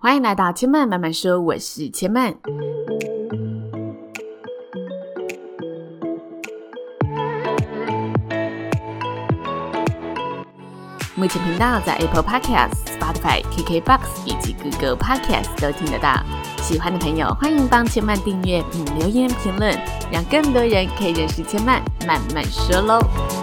欢迎来到千曼慢慢说，我是千曼。目前频道在 Apple Podcast、Spotify、KKBOX 以及 Google Podcast 都听得到。喜欢的朋友欢迎帮千曼订阅并留言评论，让更多人可以认识千曼慢慢说咯。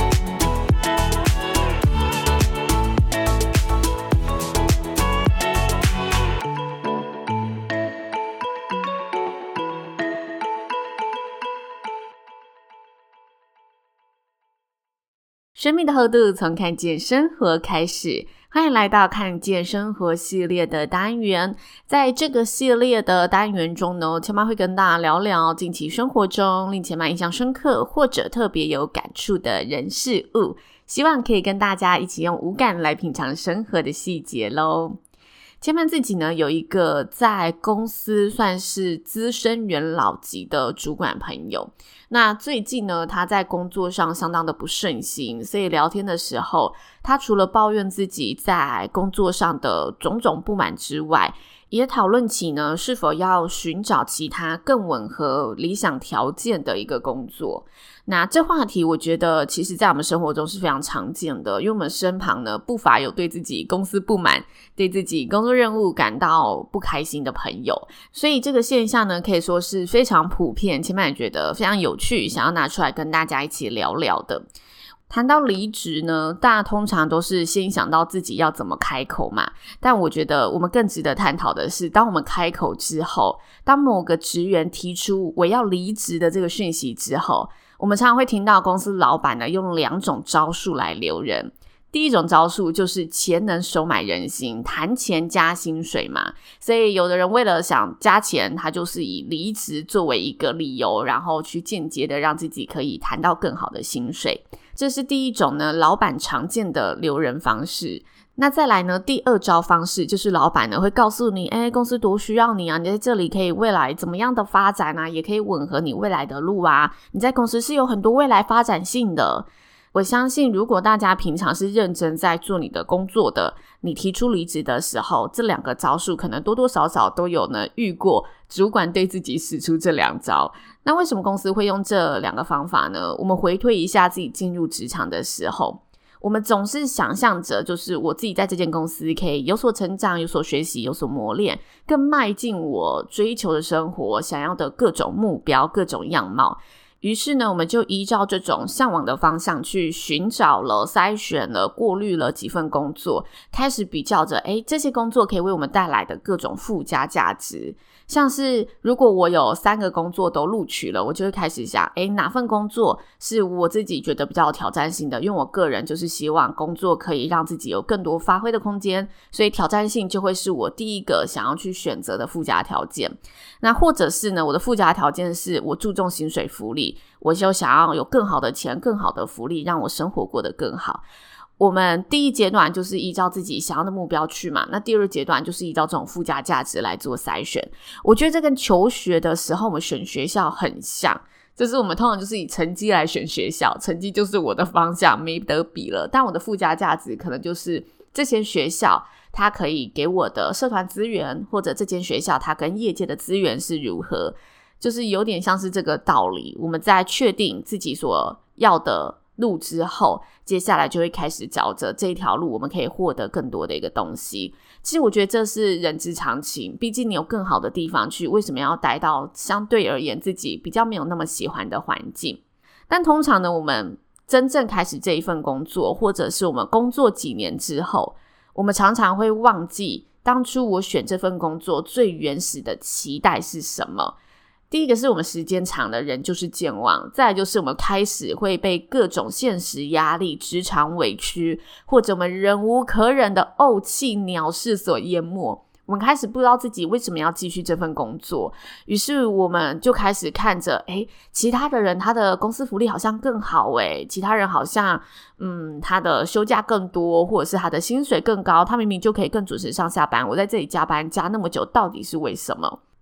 生命的厚度从看见生活开始，欢迎来到看见生活系列的单元。在这个系列的单元中呢，千曼会跟大家聊聊近期生活中令千曼印象深刻或者特别有感触的人事物，希望可以跟大家一起用五感来品尝生活的细节咯。千曼自己呢有一个在公司算是资深元老级的主管朋友，那最近呢他在工作上相当的不顺心，所以聊天的时候他除了抱怨自己在工作上的种种不满之外，也讨论起呢是否要寻找其他更吻合理想条件的一个工作。那这话题我觉得其实在我们生活中是非常常见的，因为我们身旁呢不乏有对自己公司不满，对自己工作任务感到不开心的朋友，所以这个现象呢可以说是非常普遍，千曼也觉得非常有趣，想要拿出来跟大家一起聊聊的。谈到离职呢，大家通常都是先想到自己要怎么开口嘛，但我觉得我们更值得探讨的是，当我们开口之后，当某个职员提出我要离职的这个讯息之后，我们常常会听到公司老板呢用两种招数来留人。第一种招数就是钱能收买人心，谈钱加薪水嘛，所以有的人为了想加钱，他就是以离职作为一个理由，然后去间接的让自己可以谈到更好的薪水，这是第一种呢老板常见的留人方式。那再来呢，第二招方式就是老板呢会告诉你，公司多需要你啊，你在这里可以未来怎么样的发展啊，也可以吻合你未来的路啊，你在公司是有很多未来发展性的。我相信如果大家平常是认真在做你的工作的，你提出离职的时候，这两个招数可能多多少少都有呢遇过主管对自己使出这两招。那为什么公司会用这两个方法呢？我们回推一下自己进入职场的时候，我们总是想象着就是我自己在这间公司可以有所成长，有所学习，有所磨练，更迈进我追求的生活，想要的各种目标，各种样貌。于是呢，我们就依照这种向往的方向去寻找了、筛选了、过滤了几份工作，开始比较着这些工作可以为我们带来的各种附加价值。像是如果我有3个工作都录取了，我就会开始想哪份工作是我自己觉得比较有挑战性的，因为我个人就是希望工作可以让自己有更多发挥的空间，所以挑战性就会是我第一个想要去选择的附加条件。那或者是呢，我的附加条件是我注重薪水福利，我就想要有更好的钱，更好的福利，让我生活过得更好。我们第一阶段就是依照自己想要的目标去嘛，那第二阶段就是依照这种附加价值来做筛选。我觉得这跟求学的时候我们选学校很像，就是我们通常就是以成绩来选学校，成绩就是我的方向，没得比了，但我的附加价值可能就是这间学校它可以给我的社团资源，或者这间学校它跟业界的资源是如何，就是有点像是这个道理。我们在确定自己所要的路之后，接下来就会开始找着这条路我们可以获得更多的一个东西。其实我觉得这是人之常情，毕竟你有更好的地方去，为什么要待到相对而言自己比较没有那么喜欢的环境？但通常呢，我们真正开始这一份工作，或者是我们工作几年之后，我们常常会忘记当初我选这份工作最原始的期待是什么。第一个是我们时间长了，人就是健忘，再来就是我们开始会被各种现实压力、职场委屈，或者我们忍无可忍的怄气鸟事所淹没。我们开始不知道自己为什么要继续这份工作，于是我们就开始看着其他的人他的公司福利好像更好其他人好像他的休假更多，或者是他的薪水更高，他明明就可以更准时上下班，我在这里加班加那么久到底是为什么？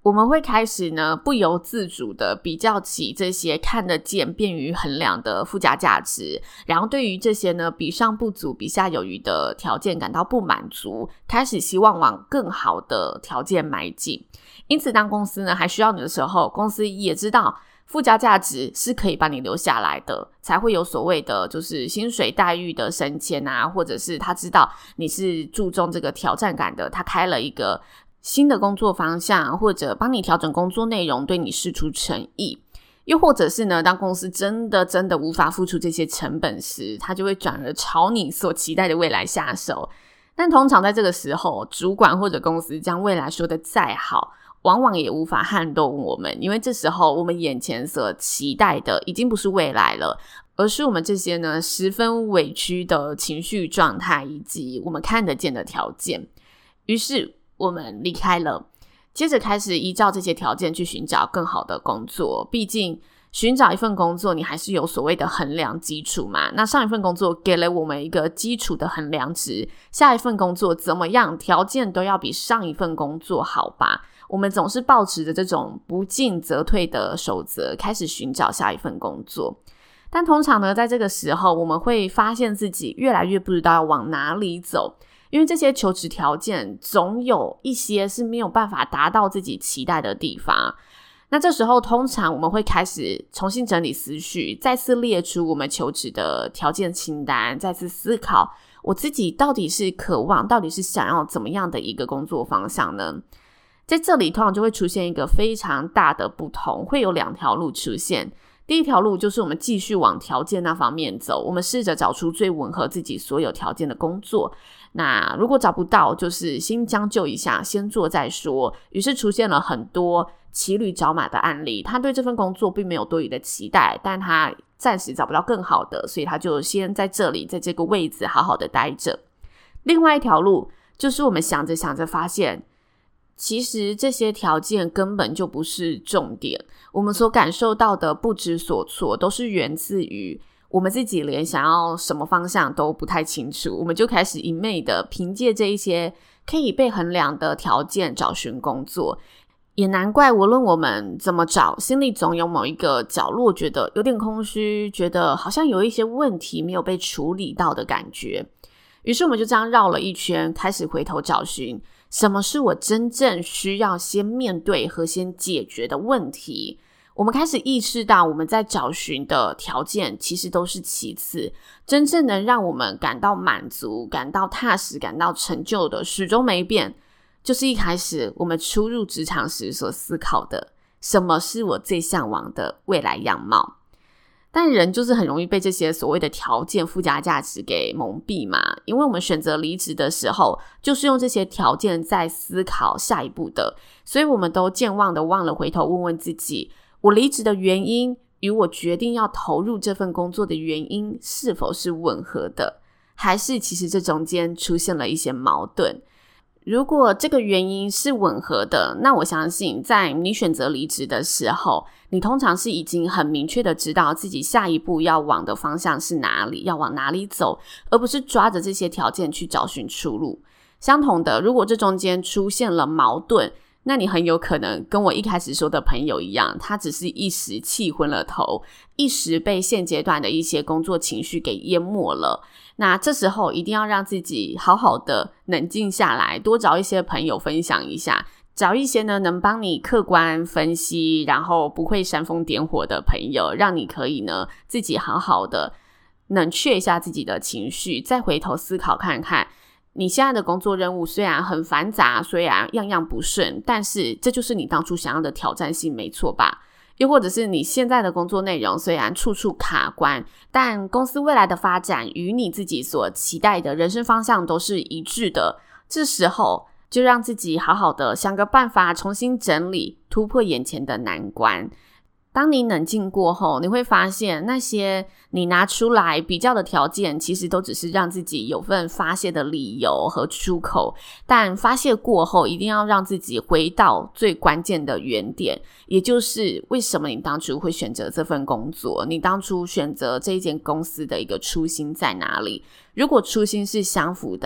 我们会开始呢不由自主的比较起这些看得见便于衡量的附加价值，然后对于这些呢比上不足比下有余的条件感到不满足，开始希望往更好的条件迈进。因此当公司呢还需要你的时候，公司也知道附加价值是可以把你留下来的，才会有所谓的就是薪水待遇的升迁啊，或者是他知道你是注重这个挑战感的，他开了一个新的工作方向，或者帮你调整工作内容，对你释出诚意。又或者是呢，当公司真的无法付出这些成本时，他就会转而朝你所期待的未来下手。但通常在这个时候，主管或者公司将未来说的再好，往往也无法撼动我们，因为这时候我们眼前所期待的已经不是未来了，而是我们这些呢十分委屈的情绪状态，以及我们看得见的条件。于是我们离开了，接着开始依照这些条件去寻找更好的工作。毕竟寻找一份工作，你还是有所谓的衡量基础嘛。那上一份工作给了我们一个基础的衡量值，下一份工作怎么样，条件都要比上一份工作好吧。我们总是抱持着这种不进则退的守则，开始寻找下一份工作。但通常呢，在这个时候，我们会发现自己越来越不知道要往哪里走。因为这些求职条件总有一些是没有办法达到自己期待的地方，那这时候通常我们会开始重新整理思绪，再次列出我们求职的条件清单，再次思考我自己到底是渴望，到底是想要怎么样的一个工作方向呢？在这里通常就会出现一个非常大的不同，会有2条路出现。第一条路就是我们继续往条件那方面走，我们试着找出最吻合自己所有条件的工作。那如果找不到，就是先将就一下，先做再说。于是出现了很多骑驴找马的案例，他对这份工作并没有多余的期待，但他暂时找不到更好的，所以他就先在这里，在这个位置好好的待着。另外一条路就是我们想着想着发现，其实这些条件根本就不是重点，我们所感受到的不知所措都是源自于我们自己连想要什么方向都不太清楚，我们就开始一昧的凭借这一些可以被衡量的条件找寻工作。也难怪无论我们怎么找，心里总有某一个角落觉得有点空虚，觉得好像有一些问题没有被处理到的感觉。于是我们就这样绕了一圈，开始回头找寻什么是我真正需要先面对和先解决的问题。我们开始意识到我们在找寻的条件其实都是其次，真正能让我们感到满足、感到踏实、感到成就的始终没变，就是一开始我们初入职场时所思考的，什么是我最向往的未来样貌。但人就是很容易被这些所谓的条件附加价值给蒙蔽嘛，因为我们选择离职的时候就是用这些条件在思考下一步的，所以我们都健忘的忘了回头问问自己，我离职的原因与我决定要投入这份工作的原因是否是吻合的，还是其实这中间出现了一些矛盾。如果这个原因是吻合的，那我相信在你选择离职的时候，你通常是已经很明确的知道自己下一步要往的方向是哪里，要往哪里走，而不是抓着这些条件去找寻出路。相同的，如果这中间出现了矛盾，那你很有可能跟我一开始说的朋友一样，他只是一时气昏了头，一时被现阶段的一些工作情绪给淹没了。那这时候一定要让自己好好的冷静下来，多找一些朋友分享一下，找一些呢能帮你客观分析，然后不会煽风点火的朋友，让你可以呢自己好好的冷却一下自己的情绪，再回头思考看看你现在的工作任务虽然很繁杂，虽然样样不顺，但是这就是你当初想要的挑战性，没错吧？又或者是你现在的工作内容虽然处处卡关，但公司未来的发展与你自己所期待的人生方向都是一致的，这时候就让自己好好的想个办法重新整理，突破眼前的难关。当你冷静过后，你会发现那些你拿出来比较的条件其实都只是让自己有份发泄的理由和出口，但发泄过后一定要让自己回到最关键的原点，也就是为什么你当初会选择这份工作，你当初选择这一间公司的一个初心在哪里。如果初心是相符的，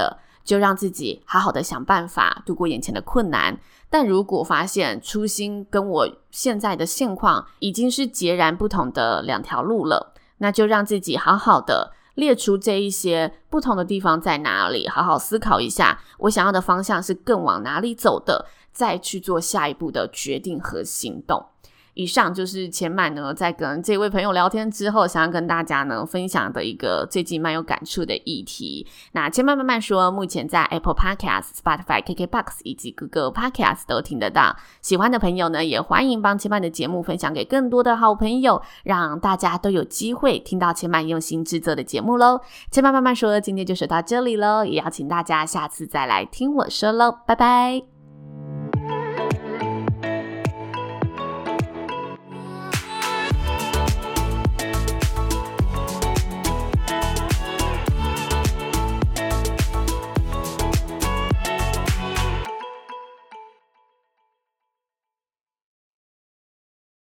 就让自己好好的想办法度过眼前的困难。但如果发现初心跟我现在的现况已经是截然不同的两条路了，那就让自己好好的列出这一些不同的地方在哪里，好好思考一下我想要的方向是更往哪里走的，再去做下一步的决定和行动。以上就是千曼呢在跟这位朋友聊天之后想要跟大家呢分享的一个最近蛮有感触的议题。那千曼慢慢说目前在 Apple Podcast、Spotify、KKBOX 以及Google Podcast 都听得到，喜欢的朋友呢也欢迎帮千曼的节目分享给更多的好朋友，让大家都有机会听到千曼用心制作的节目咯。千曼慢慢说今天就说到这里咯，也邀请大家下次再来听我说咯，拜拜。